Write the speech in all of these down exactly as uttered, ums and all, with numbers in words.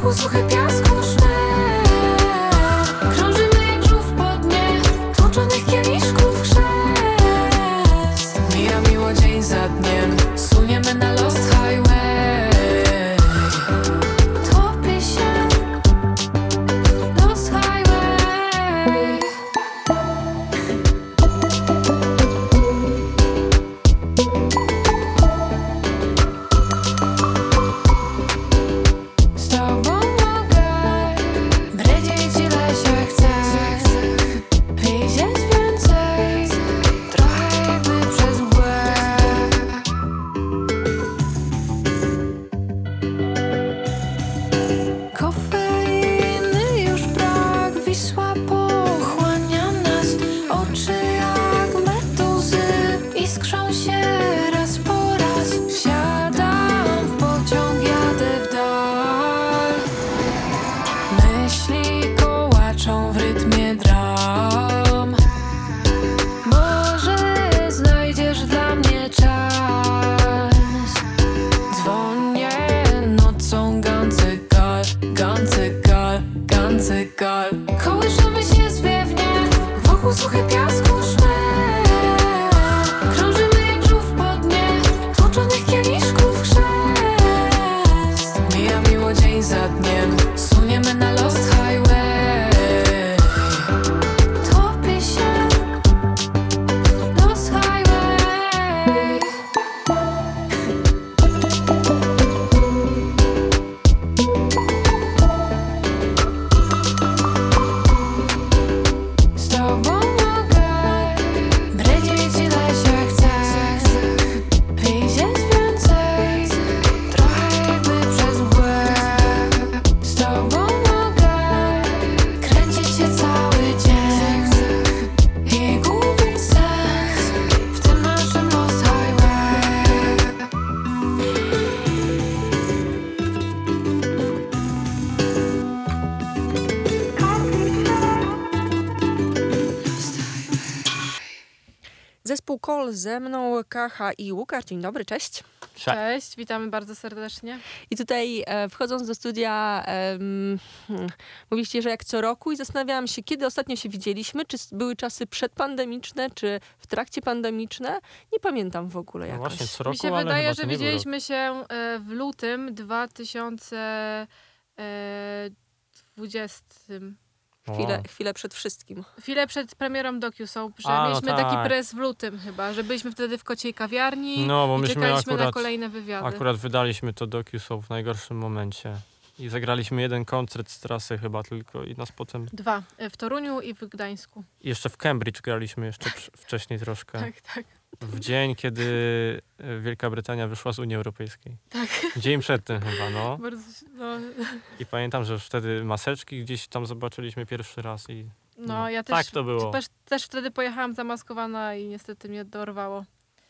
Wokół suchy piasku szmer. Krążymy jak żółw po dnie tłoczonych kieliszków chrzest. Mija miło dzień za dniem, suniemy na Lost Highway. Topi się Lost Highway. Z tobą mogę bredzieć ile się chce, widzieć więcej, trochę jakby przez mgłę. Kofeiny już brak, Wisła pochłania nas. Oczy jak meduzy iskrzą się raz po raz. Wsiadam w pociąg, jadę w dal. Myśli kołaczą w rytmie dram. Może znajdziesz dla mnie czas. Dzwonię nocą, gancygal, gancygal, gancygal. Kołyszymy się zwiewnie, wokół suchy piasku szmer. Krążymy jak żółw po dnie tłoczonych kieliszków chrzest. Mija miło dzień za dniem, suniemy na Lost Highway. Topi się Lost Highway. Z tobą mogę bredzieć ile się chce, widzieć więcej, trochę jakby przez mgłę. Z tobą mogę kręcić się cały dzień i gubić sens w tym naszym Lost Highway. Zespół Kol ze mną, Kacha i Łukasz. Dzień dobry, cześć. Cześć, witamy bardzo serdecznie. I tutaj e, wchodząc do studia em, hmm, mówiliście, że jak co roku i zastanawiałam się, kiedy ostatnio się widzieliśmy, czy s- były czasy przedpandemiczne, czy w trakcie pandemiczne. Nie pamiętam w ogóle No jakoś. właśnie, co Mi roku, się ale wydaje, chyba że to nie był rok. widzieliśmy się e, w lutym dwa tysiące dwudziestym. Chwilę, Wow. chwilę przed wszystkim. Chwilę przed premierą DocuSoap, że A, no mieliśmy tak. taki press w lutym chyba, że byliśmy wtedy w Kociej Kawiarni No, bo i myśmy czekaliśmy na akurat, kolejne wywiady. akurat wydaliśmy to DocuSoap w najgorszym momencie. I zagraliśmy jeden koncert z trasy chyba tylko i nas potem... Dwa, e, w Toruniu i w Gdańsku. I jeszcze w Cambridge graliśmy jeszcze przy- wcześniej troszkę. Tak, tak. W dzień, kiedy e, Wielka Brytania wyszła z Unii Europejskiej. Tak. Dzień przed tym chyba, no. Bardzo, no, I pamiętam, że już wtedy maseczki gdzieś tam zobaczyliśmy pierwszy raz i... no ja też, tak to było. też, też wtedy pojechałam zamaskowana i niestety mnie dorwało.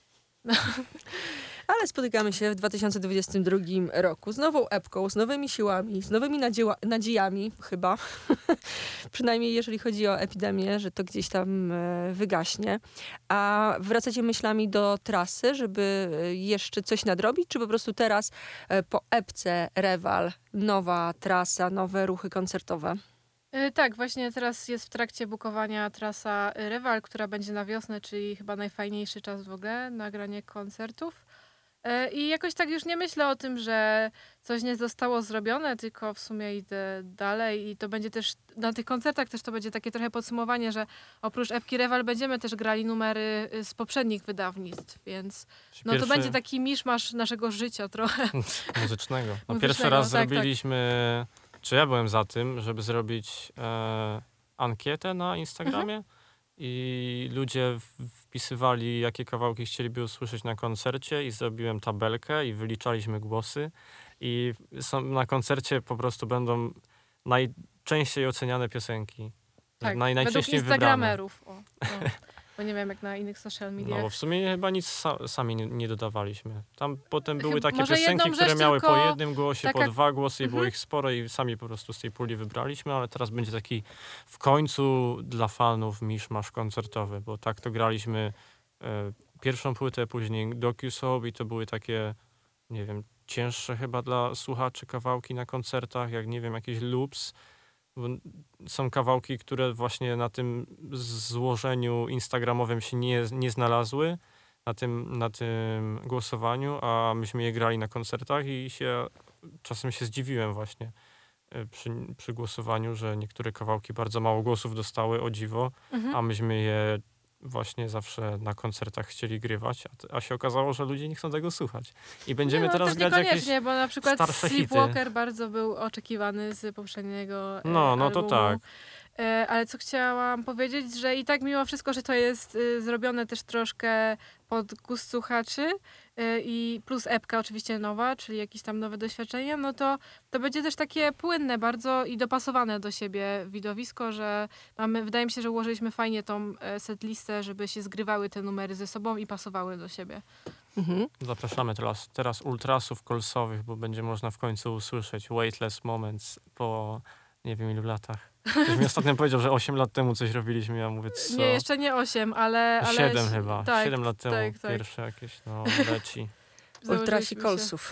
Ale spotykamy się w dwa tysiące dwudziestym drugim roku z nową epką, z nowymi siłami, z nowymi nadzieła- nadziejami chyba. Przynajmniej jeżeli chodzi o epidemię, że to gdzieś tam e, wygaśnie. A wracacie myślami do trasy, żeby e, jeszcze coś nadrobić, czy po prostu teraz e, po epce Rewal, nowa trasa, nowe ruchy koncertowe? Y, Tak, właśnie teraz jest w trakcie bukowania trasa y, Rewal, która będzie na wiosnę, czyli chyba najfajniejszy czas w ogóle na granie koncertów. Y, I jakoś tak już nie myślę o tym, że coś nie zostało zrobione, tylko w sumie idę dalej i to będzie też, na tych koncertach też to będzie takie trochę podsumowanie, że oprócz epki Rewal będziemy też grali numery y, z poprzednich wydawnictw, więc no to Pierwszy- będzie taki miszmasz naszego życia trochę. Muzycznego. No, Muzycznego, pierwszy raz tak, tak. zrobiliśmy, czy ja byłem za tym, żeby zrobić e, ankietę na Instagramie i ludzie w- wpisywali, jakie kawałki chcieliby usłyszeć na koncercie i zrobiłem tabelkę i wyliczaliśmy głosy i są, na koncercie po prostu będą najczęściej oceniane piosenki. Tak, Naj, według najczęściej wybrane. instagramerów. O, no. Bo nie wiem jak na innych social No mediach. bo w sumie chyba nic sa, sami nie, nie dodawaliśmy. Tam potem były Chyba- takie może piosenki, jedną które rzecz miały po tylko jednym głosie, taka- po dwa głosy i było Mhm. ich sporo i sami po prostu z tej puli wybraliśmy, ale teraz będzie taki w końcu dla fanów miszmasz koncertowy, bo tak to graliśmy e, pierwszą płytę, później DocuSoap i to były takie, nie wiem, cięższe chyba dla słuchaczy kawałki na koncertach, jak nie wiem, jakieś loops. Bo są kawałki, które właśnie na tym złożeniu instagramowym się nie, nie znalazły, na tym, na tym głosowaniu, a myśmy je grali na koncertach i się czasem się zdziwiłem właśnie y, przy, przy głosowaniu, że niektóre kawałki bardzo mało głosów dostały, o dziwo, Mhm. a myśmy je właśnie zawsze na koncertach chcieli grywać, a, t- a się okazało, że ludzie nie chcą tego słuchać. I będziemy nie, no, teraz też grać jakieś... niekoniecznie, bo na przykład starsze hity. Sleepwalker bardzo był oczekiwany z poprzedniego e, No, no to albumu. tak. E, ale co chciałam powiedzieć, że i tak mimo wszystko, że to jest y, zrobione też troszkę pod gust słuchaczy y, i plus epka oczywiście nowa, czyli jakieś tam nowe doświadczenia, no to to będzie też takie płynne bardzo i dopasowane do siebie widowisko, że mamy, wydaje mi się, że ułożyliśmy fajnie tą e, setlistę, żeby się zgrywały te numery ze sobą i pasowały do siebie. Mhm. Zapraszamy teraz, teraz ultrasów kolsowych, bo będzie można w końcu usłyszeć Weightless Moments po nie wiem ilu latach. Ktoś mi ostatnio powiedział, że osiem lat temu coś robiliśmy, ja mówię, co? Nie, jeszcze nie osiem, ale... ale siedem chyba, tak, siedem lat temu tak, tak. pierwsze jakieś, no, leci. Ultrasi Założyliśmy się. kolsów.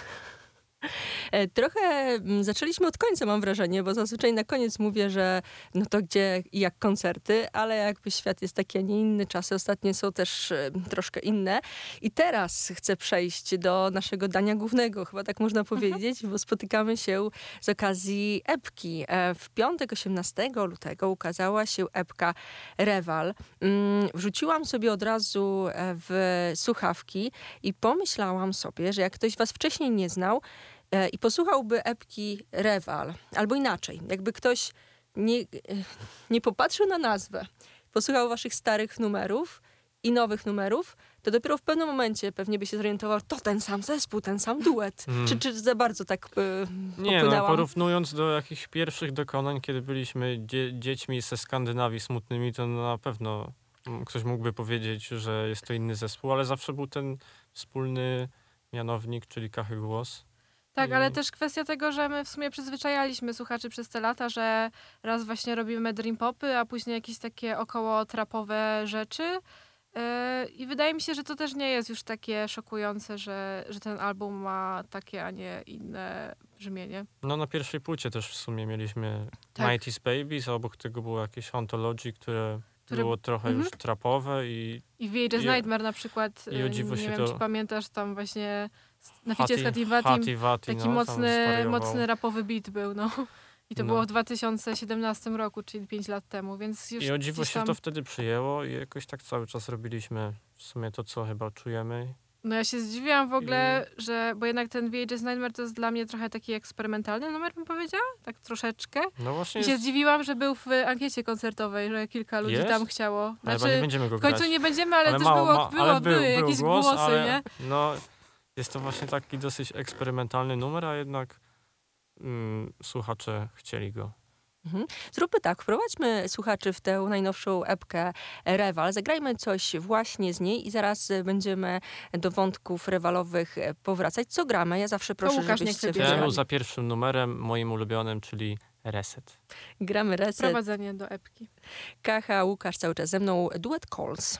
E, Trochę mm, zaczęliśmy od końca, mam wrażenie, bo zazwyczaj na koniec mówię, że no to gdzie i jak koncerty, ale jakby świat jest taki, a nie inny, czasy ostatnie są też e, troszkę inne. I teraz chcę przejść do naszego dania głównego, chyba tak można powiedzieć, bo spotykamy się z okazji epki. E, W piątek, osiemnastego lutego ukazała się epka Rewal. Mm, Wrzuciłam sobie od razu e, w słuchawki i pomyślałam sobie, że jak ktoś was wcześniej nie znał, e, i posłuchałby epki Rewal, albo inaczej, jakby ktoś nie, e, nie popatrzył na nazwę, posłuchał waszych starych numerów i nowych numerów, to dopiero w pewnym momencie pewnie by się zorientował, to ten sam zespół, ten sam duet. Mm. Czy, czy za bardzo tak e, Nie, no popłynęłam? porównując do jakichś pierwszych dokonań, kiedy byliśmy dzie- dziećmi ze Skandynawii smutnymi, to na pewno mm, ktoś mógłby powiedzieć, że jest to inny zespół, ale zawsze był ten wspólny mianownik, czyli Kachy Głos. Tak, I- ale też kwestia tego, że my w sumie przyzwyczajaliśmy słuchaczy przez te lata, że raz właśnie robimy dream popy, a później jakieś takie około trapowe rzeczy. Yy, I wydaje mi się, że to też nie jest już takie szokujące, że, że ten album ma takie, a nie inne brzmienie. No na pierwszej płycie też w sumie mieliśmy Tak. nineties Babies, a obok tego było jakieś Ontology, które, Które- było trochę Mhm. już trapowe i I w V H S I- Nightmare na przykład, i o dziwo nie się wiem, to- czy pamiętasz, tam właśnie na ficie z Hati- Hatim Vatim Hati Vati, taki no, tam mocny, zwariował. mocny rapowy beat był, no. I to No. było w dwa tysiące siedemnastym roku, czyli pięć lat temu, więc już I o dziwo gdzieś się tam... to wtedy przyjęło i jakoś tak cały czas robiliśmy w sumie to, co chyba czujemy. No ja się zdziwiłam w ogóle, że, bo jednak ten V H S Nightmare to jest dla mnie trochę taki eksperymentalny numer, bym powiedziała, tak troszeczkę. No właśnie I się jest, zdziwiłam, że był w ankiecie koncertowej, że kilka ludzi Jest? tam chciało. ale chyba nie Znaczy, będziemy go w końcu grać. nie będziemy, ale, też mało- było, ma- było, ale był- były był jakieś głos, głosy, ale, nie? No, jest to właśnie taki dosyć eksperymentalny numer, a jednak mm, słuchacze chcieli go. Zróbmy tak, wprowadźmy słuchaczy w tę najnowszą epkę Rewal, zagrajmy coś właśnie z niej i zaraz e, będziemy do wątków rewalowych e, powracać. Co gramy? Ja zawsze proszę, Łukasz niech żebyście wybierze. Ja wybierali. był za pierwszym numerem, moim ulubionym, czyli Reset. Gramy Reset, Prowadzenie do epki. Kacha, Łukasz cały czas ze mną, duet Calls.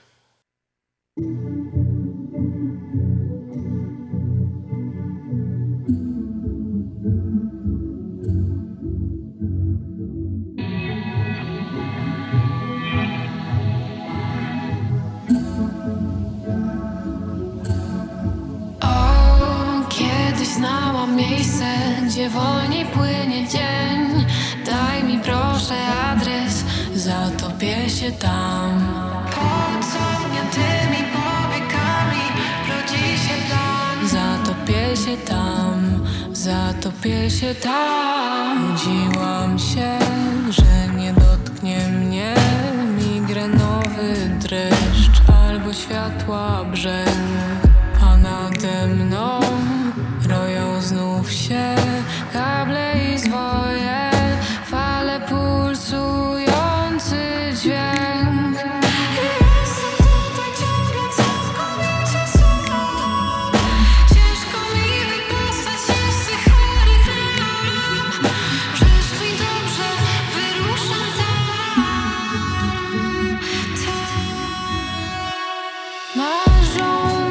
O, kiedyś znałam miejsce, gdzie wolniej płynie dzień. Daj mi proszę adres, zatopię się tam. Pod zamkniętymi powiekami rodzi się plan. Zatopię się tam, zatopię się tam. Nudziłam się, że nie dotknie mnie migrenowy dreszcz albo światła brzęk. A nade mną roją znów się kable i zwoje, fale pulsujący dźwięk. Jestem tutaj ciągle całkowicie sam. Ciężko mi wydostać się z tych chorych ram. Rzecz mi dobrze, wyruszam tam, tam. Marzą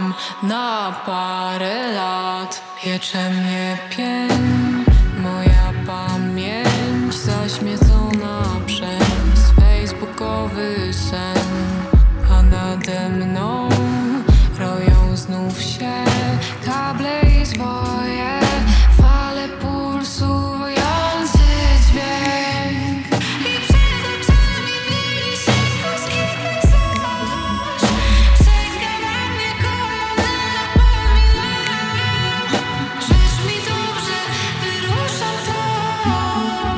mam na parę lat. Piecze mnie pień, moja pamięć zaśmiecona przez facebookowy sen, a nade mną roją znów się kable i zwoje, fale pulsujący dźwięk. I przed oczami mieli się włoski pejzaż, czeka na mnie kolana, napominają, żeż mi dobrze, wyruszam tam,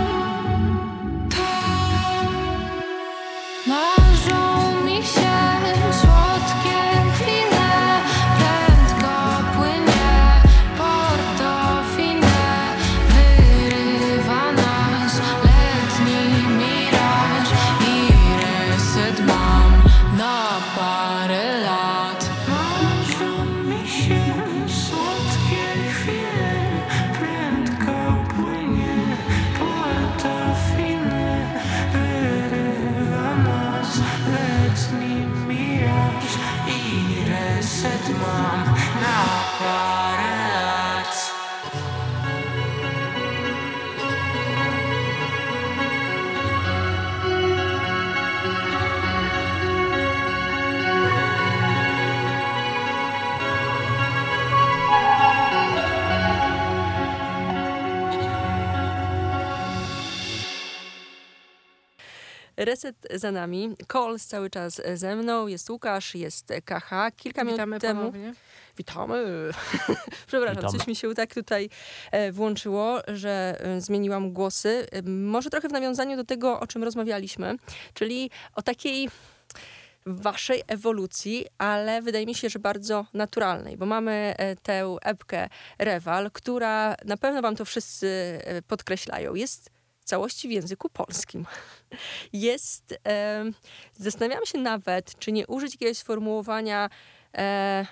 tam. Marzą mi się słodkie chwile, prędko płynie Portofine, wyrywa nas letni miraż i reset mam na parę lat. Marzą mi się słodkie chwile, prędko płynie Portofine, wyrywa nas letni miraż i reset mam na parę lat. Reset za nami. Kols cały czas ze mną. Jest Łukasz, jest K H. Kilka minut Witamy temu... ponownie. Witamy. Przepraszam, Witamy. coś mi się tak tutaj e, włączyło, że e, zmieniłam głosy. E, może trochę w nawiązaniu do tego, o czym rozmawialiśmy, czyli o takiej waszej ewolucji, ale wydaje mi się, że bardzo naturalnej, bo mamy e, tę epkę Rewal, która na pewno wam to wszyscy e, podkreślają. Jest w całości w języku polskim. Jest, e, zastanawiam się nawet, czy nie użyć jakiegoś sformułowania e,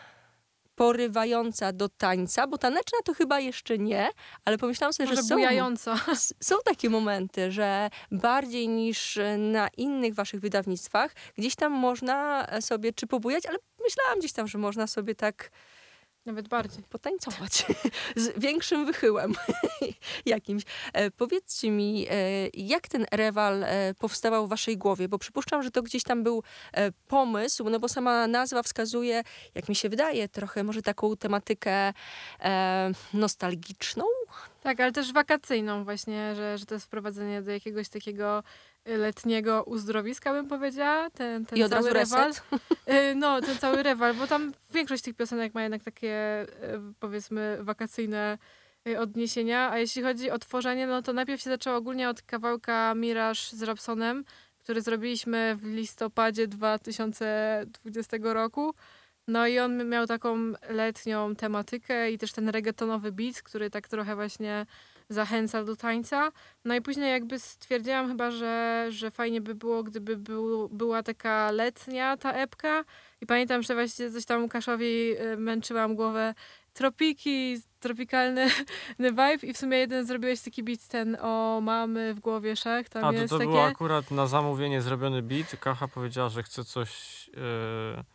porywająca do tańca, bo taneczna to chyba jeszcze nie, ale pomyślałam sobie, Może że są, bujająca. s- są takie momenty, że bardziej niż na innych waszych wydawnictwach gdzieś tam można sobie czy pobujać, ale myślałam gdzieś tam, że można sobie tak Nawet bardziej. potańcować z większym wychyłem jakimś. E, powiedzcie mi, e, jak ten Rewal e, powstawał w waszej głowie, bo przypuszczam, że to gdzieś tam był e, pomysł, no bo sama nazwa wskazuje, jak mi się wydaje, trochę może taką tematykę e, nostalgiczną. Tak, ale też wakacyjną właśnie, że, że to jest wprowadzenie do jakiegoś takiego y, letniego uzdrowiska, bym powiedziała. Ten, ten I od cały razu rewal. reset. Y, No, ten cały rewal, bo tam większość tych piosenek ma jednak takie, y, powiedzmy, wakacyjne y, odniesienia. A jeśli chodzi o tworzenie, no to najpierw się zaczęło ogólnie od kawałka Miraż z Rapsonem, który zrobiliśmy w listopadzie dwa tysiące dwudziestego roku. No i on miał taką letnią tematykę i też ten reggaetonowy beat, który tak trochę właśnie zachęca do tańca. No i później jakby stwierdziłam chyba, że, że fajnie by było, gdyby był, była taka letnia ta epka. I pamiętam, że właśnie coś tam Łukaszowi y, męczyłam głowę. Tropiki, tropikalny vibe i w sumie jeden zrobiłeś taki beat ten o mamy w głowie szach. Tam A to, jest to takie... było akurat na zamówienie zrobiony beat. Kacha powiedziała, że chce coś e,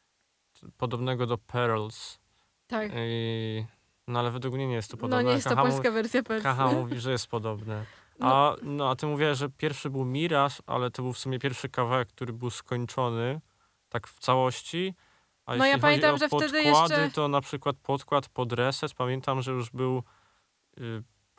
podobnego do Pearls. Tak. I, no ale według mnie nie jest to No podobne. nie jest to Kacha mu- polska wersja Pearls. Kacha mówi, że jest podobne. A, no, a ty mówiłaś, że pierwszy był Miraż, ale to był w sumie pierwszy kawałek, który był skończony tak w całości. A No ja jeśli pamiętam, chodzi że o wtedy podkłady, jeszcze- to na przykład podkład pod Reset, pamiętam, że już był y,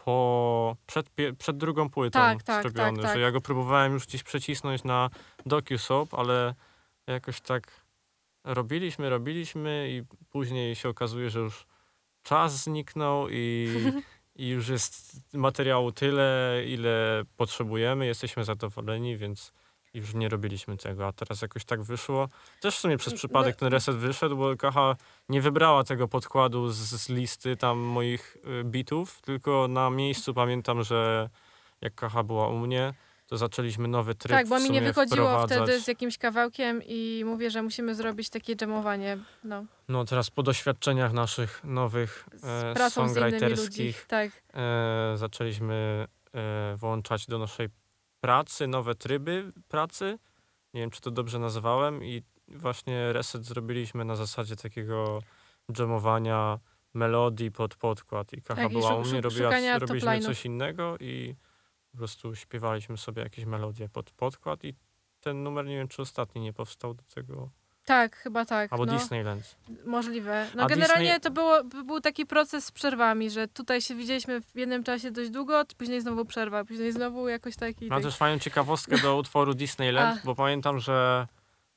po, przed, pie- przed drugą płytą Tak, tak, zrobiony, tak, tak. że ja go próbowałem już gdzieś przecisnąć na DocuSoap, ale jakoś tak robiliśmy, robiliśmy i później się okazuje, że już czas zniknął i, i już jest materiału tyle, ile potrzebujemy, jesteśmy zadowoleni, więc już nie robiliśmy tego, a teraz jakoś tak wyszło. Też w sumie przez przypadek ten reset wyszedł, bo Kacha nie wybrała tego podkładu z, z listy tam moich y, bitów, tylko na miejscu pamiętam, że jak Kacha była u mnie, to zaczęliśmy nowy tryb Tak, bo w mi nie sumie wychodziło wprowadzać. wtedy z jakimś kawałkiem i mówię, że musimy zrobić takie jamowanie. No, No teraz po doświadczeniach naszych nowych z e, pracą z innymi ludźmi. songwriterskich Tak. e, zaczęliśmy e, włączać do naszej pracy nowe tryby pracy. Nie wiem, czy to dobrze nazywałem i właśnie reset zrobiliśmy na zasadzie takiego dżemowania melodii pod podkład i Kacha Tak, i była szu- u mnie, szu- robiła, szukania robiliśmy top line'ów. coś innego i po prostu śpiewaliśmy sobie jakieś melodie pod podkład i ten numer, nie wiem, czy ostatni nie powstał do tego, Tak, chyba tak. albo no. Disneyland. Możliwe. No A generalnie Disney- to było, był taki proces z przerwami, że tutaj się widzieliśmy w jednym czasie dość długo, później znowu przerwa, później znowu jakoś taki... Mam tak. też fajną ciekawostkę do utworu Disneyland, A. bo pamiętam, że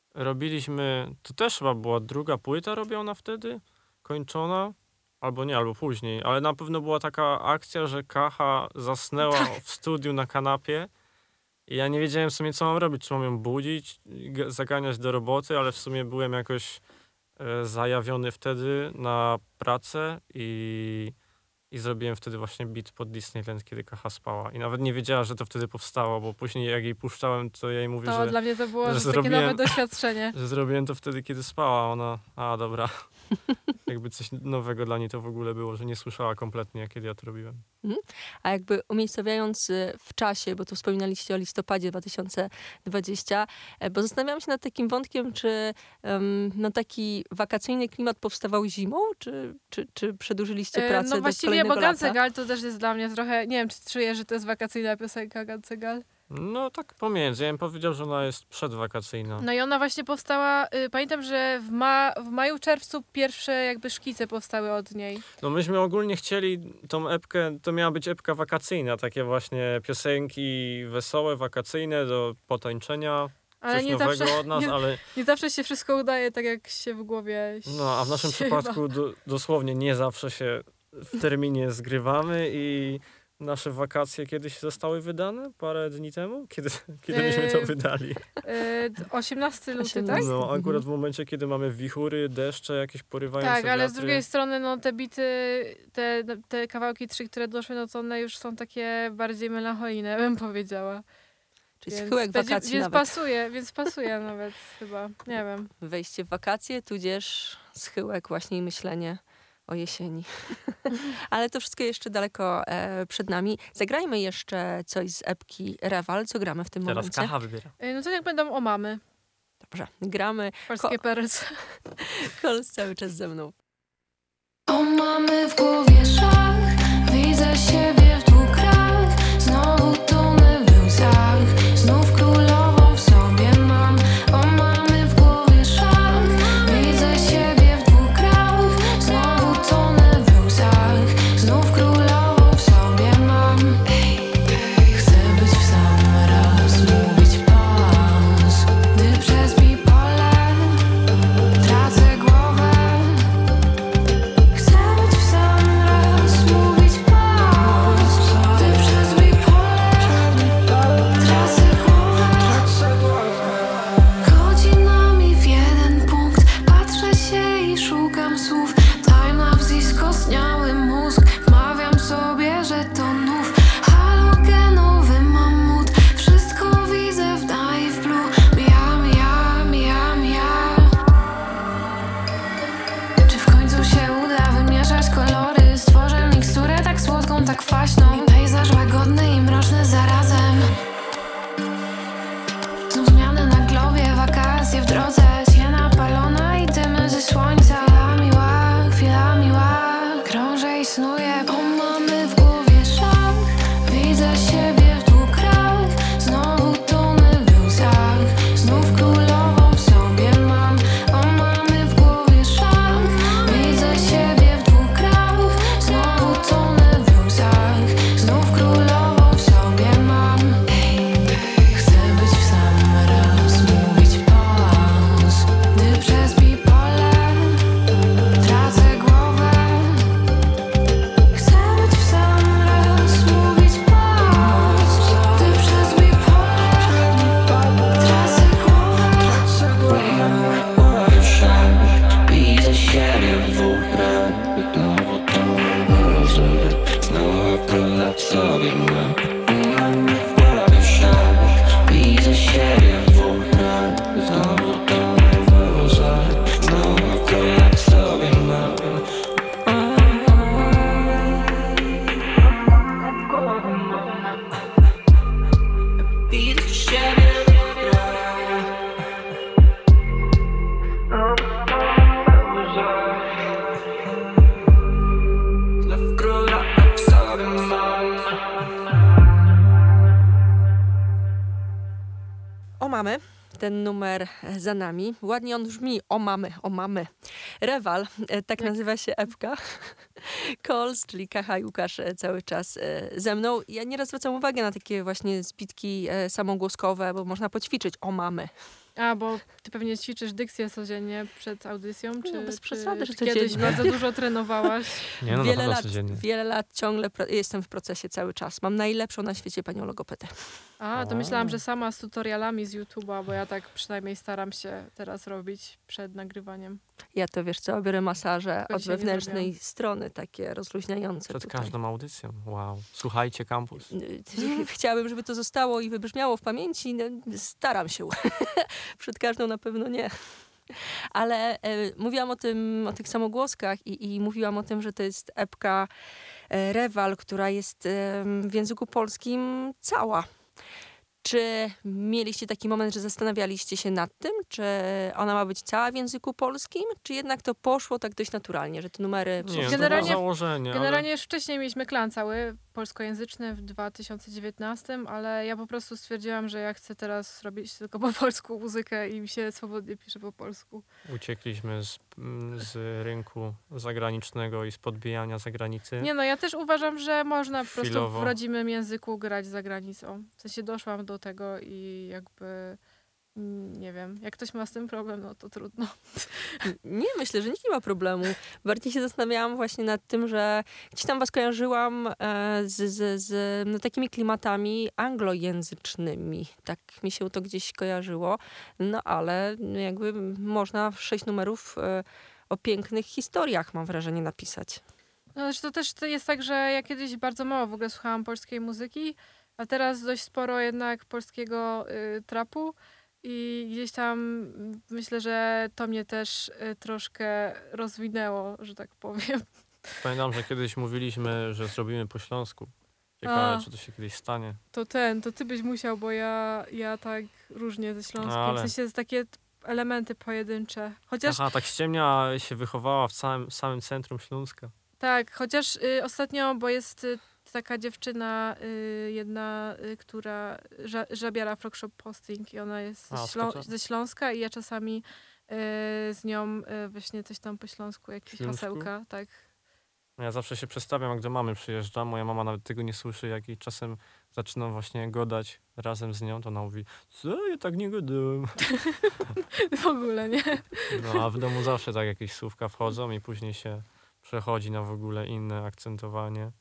robiliśmy, to też chyba była druga płyta robiona wtedy, kończona, albo nie, albo później, ale na pewno była taka akcja, że Kacha zasnęła Tak. w studiu na kanapie i ja nie wiedziałem w sumie, co mam robić, czy mam ją budzić, g- zaganiać do roboty, ale w sumie byłem jakoś e, zajawiony wtedy na pracę i, i zrobiłem wtedy właśnie beat pod Disneyland, kiedy Kacha spała. I nawet nie wiedziała, że to wtedy powstało, bo później jak jej puszczałem, to ja jej mówię, To że, dla mnie to było że że takie zrobiłem- nowe doświadczenie. że zrobiłem to wtedy, kiedy spała. Ona, a dobra, jakby coś nowego dla niej to w ogóle było, że nie słyszała kompletnie, kiedy ja to robiłem. A jakby umiejscowiając y, w czasie, bo tu wspominaliście o listopadzie dwa tysiące dwudziestym, e, bo zastanawiałam się nad takim wątkiem, czy em, no taki wakacyjny klimat powstawał zimą, czy, czy, czy przedłużyliście E, pracę No do właściwie, kolejnego bo lata? Gancegal to też jest dla mnie trochę, nie wiem, czy czuję, że to jest wakacyjna piosenka Gancegal. No tak pomiędzy. Ja bym powiedział, że ona jest przedwakacyjna. No i ona właśnie powstała, y, pamiętam, że w, ma, w maju, czerwcu pierwsze jakby szkice powstały od niej. No myśmy ogólnie chcieli tą epkę, to miała być epka wakacyjna, takie właśnie piosenki wesołe, wakacyjne do potańczenia, Ale coś nie nowego zawsze, od nas, nie, ale nie zawsze się wszystko udaje tak, jak się w głowie no a w naszym śpiewa. przypadku do, dosłownie nie zawsze się w terminie zgrywamy i nasze wakacje kiedyś zostały wydane? Parę dni temu? Kiedy, kiedy myśmy to Yy, wydali? Y, osiemnastego luty, tak? osiemnastego. No akurat Mhm. w momencie, kiedy mamy wichury, deszcze, jakieś porywające Tak, ale z wiatry. drugiej strony no te bity, te, te kawałki trzy, które doszły, no to one już są takie bardziej melancholijne, bym powiedziała. Czyli Więc, schyłek będzie- wakacji więc nawet. pasuje, więc pasuje nawet chyba, nie wiem. Wejście w wakacje, tudzież schyłek właśnie i myślenie o jesieni. Ale to wszystko jeszcze daleko e, przed nami. Zagrajmy jeszcze coś z epki Rewal. Co gramy w tym Teraz momencie? Kacha wybiera. Y, No to jak będą o mamy, Dobrze, gramy. polskie perls. Kols cały czas ze mną. O mamy w głowie szach, widzę siebie w dwóch krach. Znowu tonę w łzach, znów królową w sobie mam. O mamy w głowie szach, widzę siebie w dwóch krach. Znowu tonę w łzach, znów królową w sobie mam. Chcę być w sam raz, mówić pas, gdy przez mi pole tracę głowę. Chcę być w sam raz, mówić pas, gdy przez mi pole tracę głowę. Godzinami w jeden punkt patrzę się i szukam słów. Timelapse i skostniały mózg, wmawiam sobie, że to nów halogenowy mamut. Wszystko widzę w night w blue. Mijam, mijam, mijam, mijam. Czy w końcu się uda wymieszać kolory? Stworzę miksturę tak słodką, tak kwaśną. I pejzaż łagodny i mroczny zarazem. Znów zmiany na globie, wakacje w drodze. Cię napalona i dymy ze słońca. Chwila miła, chwila miła. Krążę i snuję, bo mamy w głowie szach. Widzę siebie w dwóch krach. Znowu tonę w łzach. Znów królową w sobie mam. O mamy w głowie szach. Widzę siebie w dwóch krach. Znowu tonę w łzach. Znów królową w sobie mam. Chcę być w sam raz, mówić pas, gdy przez mi pole tracę głowę. Chcę być w sam raz, mówić pas, mamy ten numer za nami. Ładnie on brzmi. O mamy, o mamy. Rewal, e, tak Jak- nazywa się epka. Calls, czyli Kacha i Łukasz e, cały czas e, ze mną. Ja nieraz zwracam uwagę na takie właśnie zbitki e, samogłoskowe, bo można poćwiczyć. O mamy. A, bo ty pewnie ćwiczysz dykcję codziennie przed audycją, czy, bez czy, przesady, że czy kiedyś codziennie. bardzo dużo trenowałaś? Nie, no na wiele, pewno lat, codziennie. wiele lat ciągle pra- jestem w procesie cały czas. Mam najlepszą na świecie panią logopedę. A, to O. myślałam, że sama z tutorialami z YouTube'a, bo ja tak przynajmniej staram się teraz robić przed nagrywaniem. Ja to, wiesz co, biorę masaże Tylko od dzisiaj nie wewnętrznej zrobiłam. strony, takie rozluźniające. Przed tutaj. każdą audycją. Wow. Słuchajcie, kampus. Chciałabym, żeby to zostało i wybrzmiało w pamięci. No, staram się. Przed każdą na pewno nie. Ale e, mówiłam o tym, o tych samogłoskach i, i mówiłam o tym, że to jest epka e, Rewal, która jest e, w języku polskim cała. Czy mieliście taki moment, że zastanawialiście się nad tym, czy ona ma być cała w języku polskim, czy jednak to poszło tak dość naturalnie, że te numery... Nie, to Generalnie- było założenie, Generalnie już wcześniej mieliśmy klan cały polskojęzyczny w dwa tysiące dziewiętnastym, ale ja po prostu stwierdziłam, że ja chcę teraz robić tylko po polsku muzykę i mi się swobodnie pisze po polsku. ale uciekliśmy z, mm, z rynku zagranicznego i z podbijania zagranicy. Nie no, ja też uważam, że można po prostu Chwilowo. w rodzimym języku grać za granicą. W sensie doszłam do tego i jakby mm, nie wiem, jak ktoś ma z tym problem, no to trudno. Nie, myślę, że nikt nie ma problemu. Bardziej się zastanawiałam właśnie nad tym, że gdzieś tam was kojarzyłam e, z, z, z no, takimi klimatami anglojęzycznymi. Tak mi się to gdzieś kojarzyło. No ale jakby można sześć numerów e, o pięknych historiach, mam wrażenie, napisać. No, znaczy to też to jest tak, że ja kiedyś bardzo mało w ogóle słuchałam polskiej muzyki, a teraz dość sporo jednak polskiego y, trapu i gdzieś tam mm, myślę, że to mnie też y, troszkę rozwinęło, że tak powiem. Pamiętam, że kiedyś mówiliśmy, że zrobimy po śląsku. Ciekawe, A. czy to się kiedyś stanie. To ten, to ty byś musiał, bo ja, ja tak różnie ze Śląskiem, Ale- w sensie z takie t- elementy pojedyncze. Chociaż Aha, tak ściemnia się wychowała w całym, samym centrum Śląska. tak, chociaż y, ostatnio, bo jest y, taka dziewczyna y, jedna, y, która ża, żabiara Frog Shop Posting i ona jest A, ze, z Ślą- Kacza- ze Śląska i ja czasami y, z nią y, właśnie coś tam po śląsku, jakieś Śląsku? hasełka, tak. No ja zawsze się przestawiam, jak do mamy przyjeżdżam. Moja mama nawet tego nie słyszy, jak jej czasem zaczynam właśnie gadać razem z nią, to ona mówi, co, ja tak nie gadałem. W ogóle, nie? No a w domu zawsze tak jakieś słówka wchodzą i później się przechodzi na w ogóle inne akcentowanie.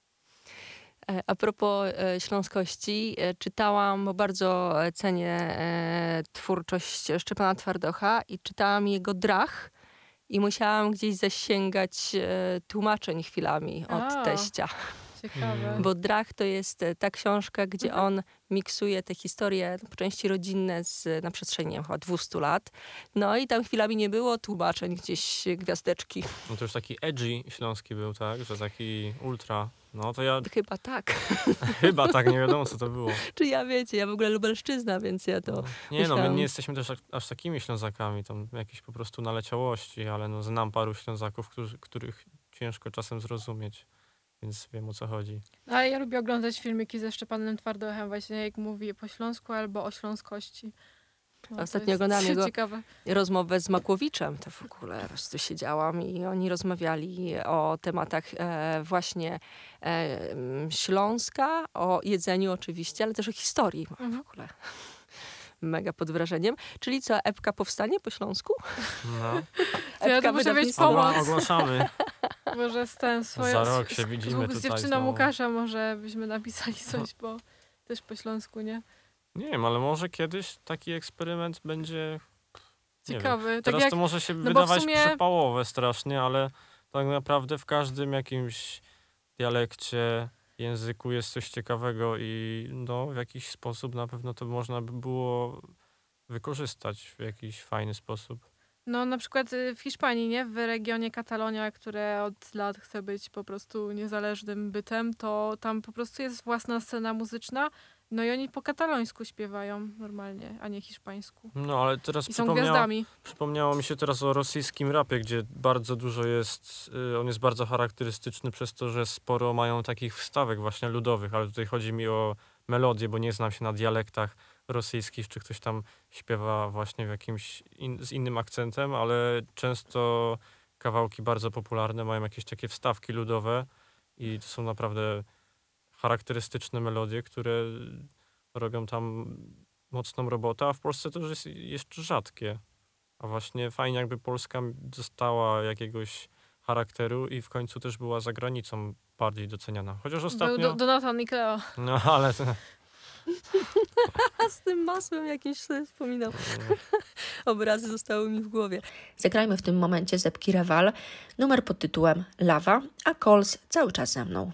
E, A propos e, śląskości, e, czytałam, bo bardzo e, cenię e, twórczość Szczepana Twardocha i czytałam jego Drach i musiałam gdzieś zasięgać e, tłumaczeń chwilami od A. teścia. Ciekawe. Mm. Bo Drach to jest e, ta książka, gdzie Mhm. on miksuje te historie, no, po części rodzinne z, na przestrzeni nie wiem, chyba dwieście lat. No i tam chwilami nie było tłumaczeń, gdzieś e, gwiazdeczki. No to już taki edgy śląski był, tak? Że taki ultra. No to ja Chyba tak. chyba tak, nie wiadomo co to było. Czy ja wiecie, ja w ogóle lubelszczyzna, więc ja to... No. Nie no, my myślałam- nie jesteśmy też aż, aż takimi Ślązakami, tam jakieś po prostu naleciałości, ale no znam paru Ślązaków, którzy, których ciężko czasem zrozumieć, więc wiem o co chodzi. Ale ja lubię oglądać filmiki ze Szczepanem Twardochem właśnie, jak mówi po śląsku albo o śląskości. No, to Ostatnio jest oglądałam jego- ciekawe. rozmowę z Makłowiczem, to w ogóle po prostu siedziałam i oni rozmawiali o tematach e, właśnie e, m, Śląska, o jedzeniu oczywiście, ale też o historii Mhm. w ogóle. Mega pod wrażeniem. Czyli co, epka powstanie po śląsku? No. To ja Epka to muszę mieć wydawnictwa. pomoc. Ogła- ogłaszamy. Może z ten swoje... Za rok z- się z- widzimy z, z tutaj dziewczyną znowu. Łukasza może byśmy napisali coś, bo też po śląsku, nie? Nie wiem, ale może kiedyś taki eksperyment będzie... Nie wiem. Ciekawy. Tak Teraz jak, to może się bo w wydawać sumie- przepałowe strasznie, ale tak naprawdę w każdym jakimś dialekcie, języku jest coś ciekawego i no, w jakiś sposób na pewno to można by było wykorzystać w jakiś fajny sposób. no na przykład y, w Hiszpanii, nie? W regionie Katalonia, które od lat chce być po prostu niezależnym bytem, to tam po prostu jest własna scena muzyczna, no i oni po katalońsku śpiewają normalnie, a nie hiszpańsku. No ale teraz I są przypomniało, gwiazdami. przypomniało mi się teraz o rosyjskim rapie, gdzie bardzo dużo jest, y, on jest bardzo charakterystyczny przez to, że sporo mają takich wstawek właśnie ludowych, ale tutaj chodzi mi o melodię, bo nie znam się na dialektach rosyjskich, czy ktoś tam śpiewa właśnie w jakimś in, z innym akcentem, ale często kawałki bardzo popularne mają jakieś takie wstawki ludowe i to są naprawdę charakterystyczne melodie, które robią tam mocną robotę, a w Polsce to już jest jeszcze rzadkie. A właśnie fajnie jakby Polska dostała jakiegoś charakteru i w końcu też była za granicą bardziej doceniana. Chociaż ostatnio... Był do, Donatan i Cleo. No ale... To... A z tym masłem jakimś sobie wspominam. Obrazy zostały mi w głowie. Zagrajmy w tym momencie z epki Rewal, numer pod tytułem Lawa, a Cols cały czas ze mną.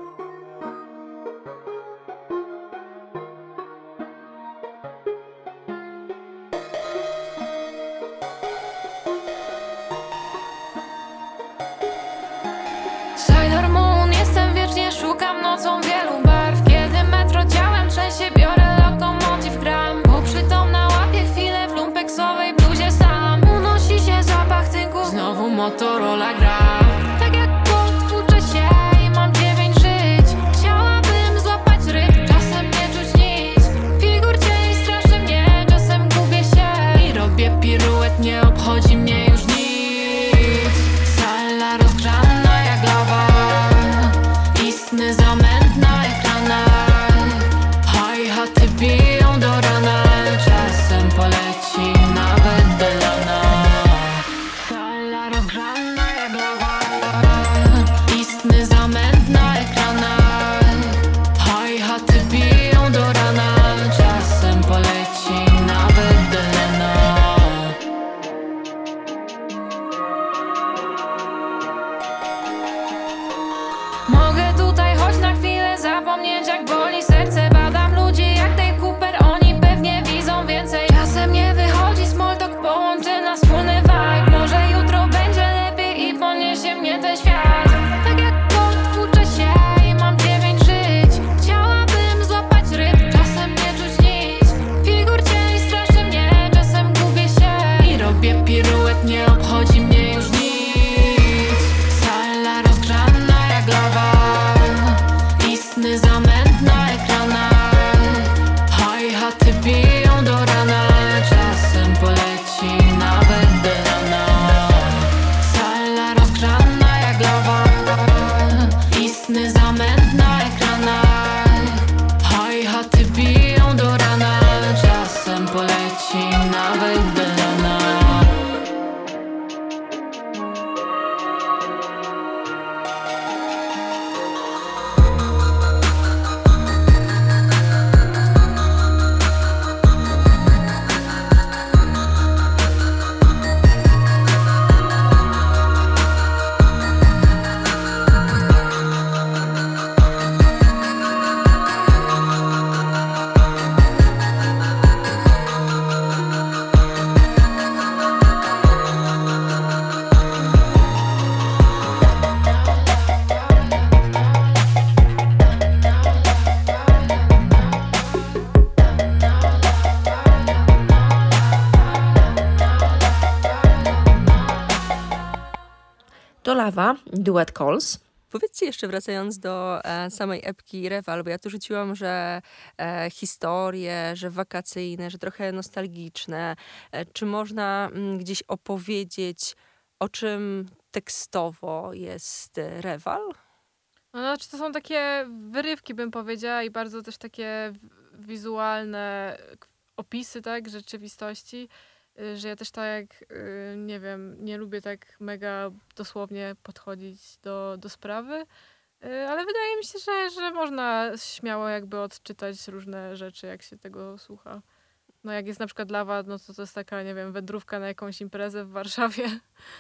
Sailor Moon, jestem wiecznie, szukam nocą wielu barw. Kiedy metro ciałem trzęsie, biorę lokomotyw, gram. Bo przytomna łapię chwilę w lumpeksowej bluzie sam. Unosi się zapach tynku, znowu Motorola gra. Tak jak płot tłuczę się i mam dziewięć żyć. Chciałabym złapać rytm, czasem nie czuć nic. Figur cień straszy mnie, czasem gubię się. I robię piruet, nie obchodzi mnie już nic. Sala rozgrzana jak lawa, istny zamęt na ekranach. Hi-haty biją do rana, czasem poleci nawet Delana. Sala rozgrzana jak lawa, istny zamęt na ekranach. Hi-haty biją do rana, czasem poleci nawet Delana. Mogę tutaj choć na chwilę zapomnieć, jak boli serce. Badam ludzi jak Dave Cooper, oni pewnie widzą więcej. Czasem nie wychodzi small talk, połączy nas wspólny vibe. Może jutro będzie lepiej i poniesie mnie ten świat. Tak jak kot tłuczę się i mam dziewięć żyć. Chciałabym złapać rytm, czasem nie czuć nic. Figur cień straszy mnie, czasem gubię się. I robię piruet, nie obchodzi mnie już nic. Sala rozgrzana jak lawa, istny zamęt na ekranach. Hi-haty biją do rana, czasem poleci nawet Delana. Sala rozgrzana jak lawa, istny zamęt na ekranach. Hi-haty biją do rana, czasem poleci nawet Delana. To Lawa, duet Cols. Powiedzcie jeszcze, wracając do e, samej epki Rewal, bo ja tu rzuciłam, że e, historie, że wakacyjne, że trochę nostalgiczne. E, czy można m, gdzieś opowiedzieć, o czym tekstowo jest e, Rewal? No, znaczy to są takie wyrywki, bym powiedziała, i bardzo też takie w- wizualne k- opisy, tak, rzeczywistości, y, że ja też tak, y, nie wiem, nie lubię tak mega dosłownie podchodzić do, do sprawy, y, ale wydaje mi się, że, że można śmiało jakby odczytać różne rzeczy, jak się tego słucha. No jak jest na przykład Lawa, no to to jest taka, nie wiem, wędrówka na jakąś imprezę w Warszawie.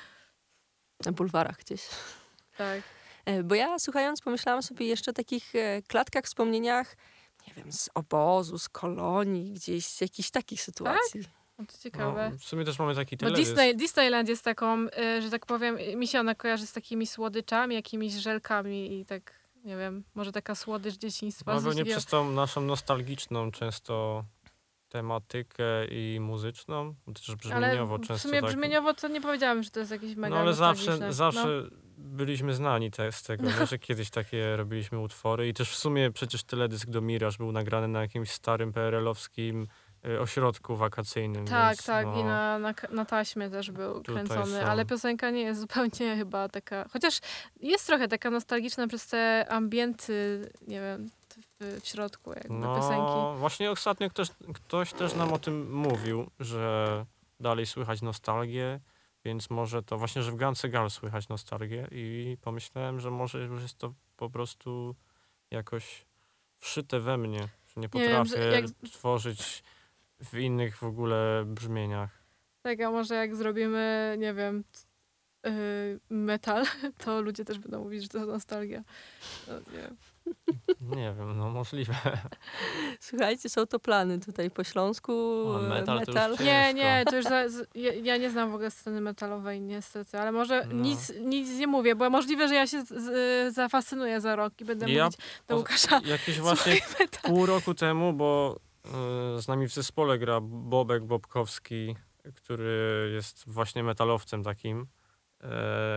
Na bulwarach gdzieś. Tak. E, Bo ja słuchając pomyślałam sobie jeszcze o takich e, klatkach, wspomnieniach, nie wiem, z obozu, z kolonii, gdzieś z jakichś takich sytuacji. No to ciekawe. No, w sumie też mamy taki Bo teledysk. Disney, Disneyland jest taką, y, że tak powiem, y, mi się ona kojarzy z takimi słodyczami, jakimiś żelkami i tak, nie wiem, może taka słodycz dzieciństwa. No coś pewnie takiego. przez tą naszą nostalgiczną często tematykę i muzyczną, też Ale brzmieniowo w często sumie tak. brzmieniowo to nie powiedziałam, że to jest jakieś mega No ale zawsze, nostalgiczne. zawsze byliśmy znani te, z tego, no. że kiedyś takie robiliśmy utwory i też w sumie przecież teledysk do Miraż był nagrany na jakimś starym P R L-owskim y, ośrodku wakacyjnym. Tak, więc, tak. no, I na, na, na taśmie też był Tutaj kręcony, są. ale piosenka nie jest zupełnie chyba taka... Chociaż jest trochę taka nostalgiczna przez te ambienty, nie wiem, w, w środku jakby no, piosenki. właśnie ostatnio ktoś, ktoś też nam o tym mówił, że dalej słychać nostalgię, więc może to właśnie, że w Gance Gal słychać nostalgię i pomyślałem, że może już jest to po prostu jakoś wszyte we mnie, że nie Nie wiem, potrafię że jak- tworzyć w innych w ogóle brzmieniach. Tak, a może jak zrobimy, nie wiem, yy, metal, to ludzie też będą mówić, że to nostalgia. No, nie wiem. Nie wiem, no możliwe. Słuchajcie, są to plany tutaj po Śląsku. O, e, metal to już metal. ciężko. Nie, nie, to już za, z, ja, ja nie znam w ogóle sceny metalowej niestety, ale może No. nic, nic nie mówię, bo możliwe, że ja się z, z, zafascynuję za rok i będę Ja mówić do po- Łukasza. Jakieś właśnie metal. pół roku temu, bo y, z nami w zespole gra Bobek Bobkowski, który jest właśnie metalowcem takim. Y,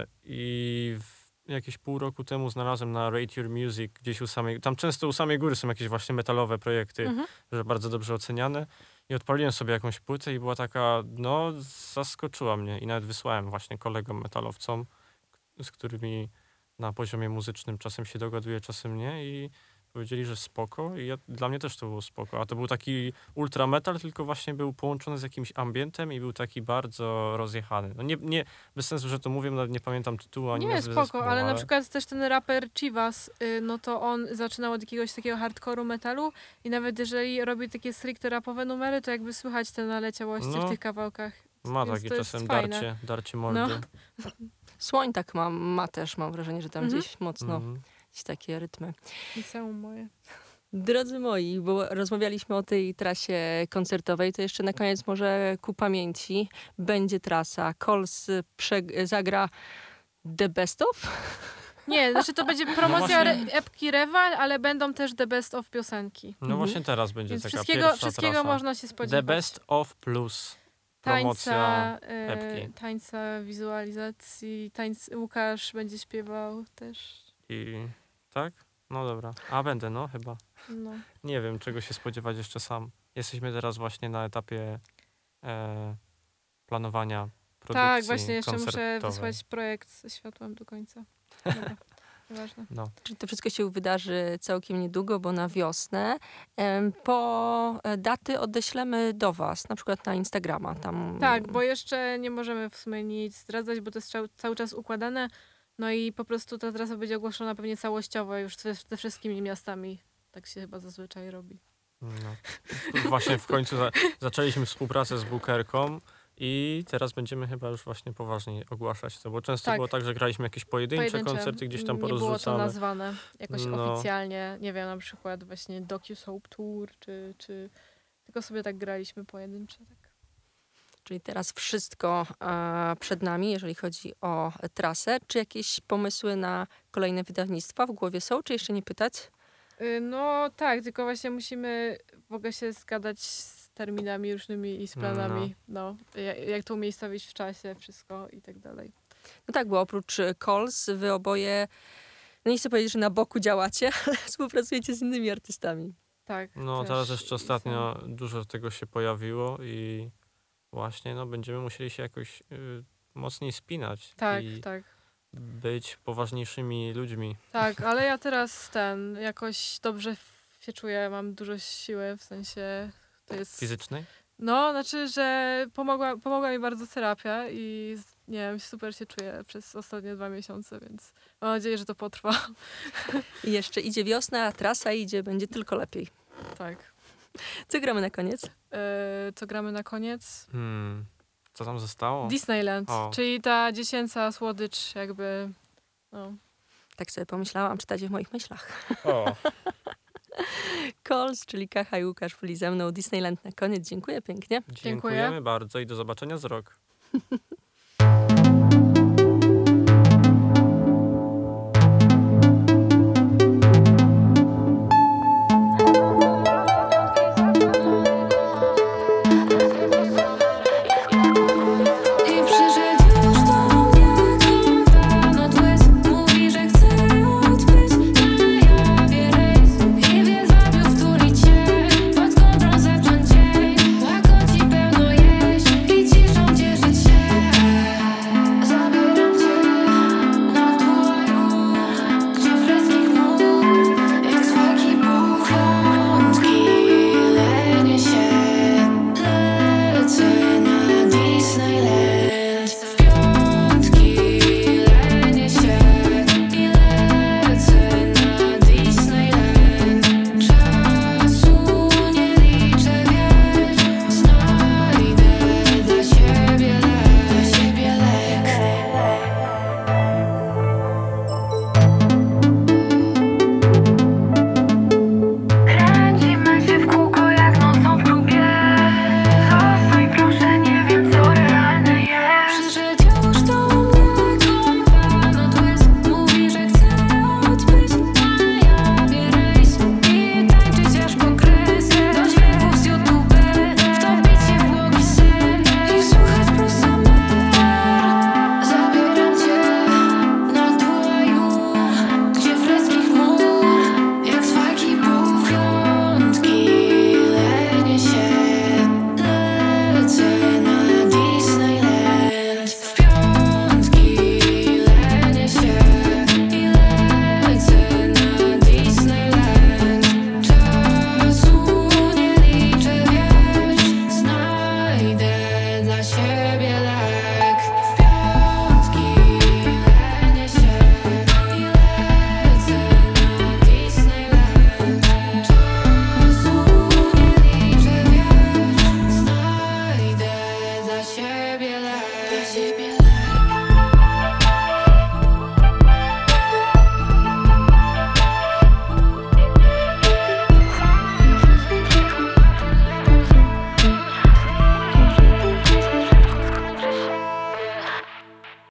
I w, jakieś pół roku temu znalazłem na Rate Your Music gdzieś u samej, tam często u samej góry są jakieś właśnie metalowe projekty, Mhm. że bardzo dobrze oceniane. I odpaliłem sobie jakąś płytę i była taka, no zaskoczyła mnie i nawet wysłałem właśnie kolegom metalowcom, k- z którymi na poziomie muzycznym czasem się dogaduję, czasem nie i powiedzieli, że spoko i ja, dla mnie też to było spoko. A to był taki ultra metal, tylko właśnie był połączony z jakimś ambientem i był taki bardzo rozjechany. No nie, nie bez sensu, że to mówię, nawet nie pamiętam tytułu ani Nie, nazwy spoko, zespołu, ale na przykład też ten raper Chivas, y, no to on zaczynał od jakiegoś takiego hardcore'u metalu i nawet jeżeli robi takie stricte rapowe numery, to jakby słychać te naleciałości No. w tych kawałkach. ma więc takie to jest czasem fajne. darcie, darcie mordy. No. Słoń tak ma, ma też, mam wrażenie, że tam Mhm. gdzieś mocno Mhm. gdzieś takie rytmy. Liceum moje. Drodzy moi, bo rozmawialiśmy o tej trasie koncertowej, to jeszcze na koniec może ku pamięci będzie trasa. Cols prze- zagra The Best Of? Nie, znaczy to będzie promocja właśnie- re- epki Rewal, ale będą też the best of piosenki. No właśnie teraz będzie Więc taka wszystkiego, pierwsza wszystkiego trasa. można się spodziewać. The Best of Plus. Promocja Tańca, e, epki. tańca, wizualizacji, tańc, Łukasz będzie śpiewał też. I tak? No dobra. A będę, no chyba. No. Nie wiem, czego się spodziewać jeszcze sam. Jesteśmy teraz właśnie na etapie e, planowania produkcji Tak, właśnie jeszcze muszę koncertowej. wysłać projekt ze światłem do końca. Dobra, nieważne. No. Czyli to wszystko się wydarzy całkiem niedługo, bo na wiosnę. Em, Po e, daty odeślemy do was, na przykład na Instagrama. Tam... Tak, bo jeszcze nie możemy w sumie nic zdradzać, bo to jest cał- cały czas układane. No i po prostu ta trasa będzie ogłoszona pewnie całościowo już ze, ze wszystkimi miastami. Tak się chyba zazwyczaj robi. No. Właśnie w końcu za, zaczęliśmy współpracę z Bookerką i teraz będziemy chyba już właśnie poważniej ogłaszać to, bo często Tak. było tak, że graliśmy jakieś pojedyncze, Pojedyncze, koncerty gdzieś tam nie było to porozrzucane. nazwane jakoś No. oficjalnie. Nie wiem, na przykład właśnie DocuSoap Tour, czy, czy tylko sobie tak graliśmy pojedyncze. Tak. Czyli teraz wszystko e, przed nami, jeżeli chodzi o trasę. Czy jakieś pomysły na kolejne wydawnictwa w głowie są, czy jeszcze nie pytać? Y, No tak, tylko właśnie musimy w ogóle się zgadać z terminami różnymi i z planami. No. Jak, jak to umiejscowić w czasie, wszystko i tak dalej. No tak, bo oprócz e, Cols wy oboje, no nie chcę powiedzieć, że na boku działacie, ale współpracujecie z innymi artystami. Tak. No też teraz jeszcze i ostatnio dużo tego się pojawiło i właśnie no będziemy musieli się jakoś y, mocniej spinać Tak, i tak. być poważniejszymi ludźmi. Tak, ale ja teraz ten jakoś dobrze się czuję, mam dużo siły, w sensie to jest... Fizycznej? No, znaczy, że pomogła, pomogła mi bardzo terapia i nie wiem, super się czuję przez ostatnie dwa miesiące, więc mam nadzieję, że to potrwa. I jeszcze idzie wiosna, a trasa idzie, będzie tylko lepiej. Tak. Co gramy na koniec? E, co gramy na koniec? Hmm. Co tam zostało? Disneyland, O. czyli ta dziecięca słodycz jakby, no. Tak sobie pomyślałam, czytacie w moich myślach. O, Cols, czyli Kacha i Łukasz byli ze mną. Disneyland na koniec. Dziękuję pięknie. dziękujemy bardzo i do zobaczenia za rok.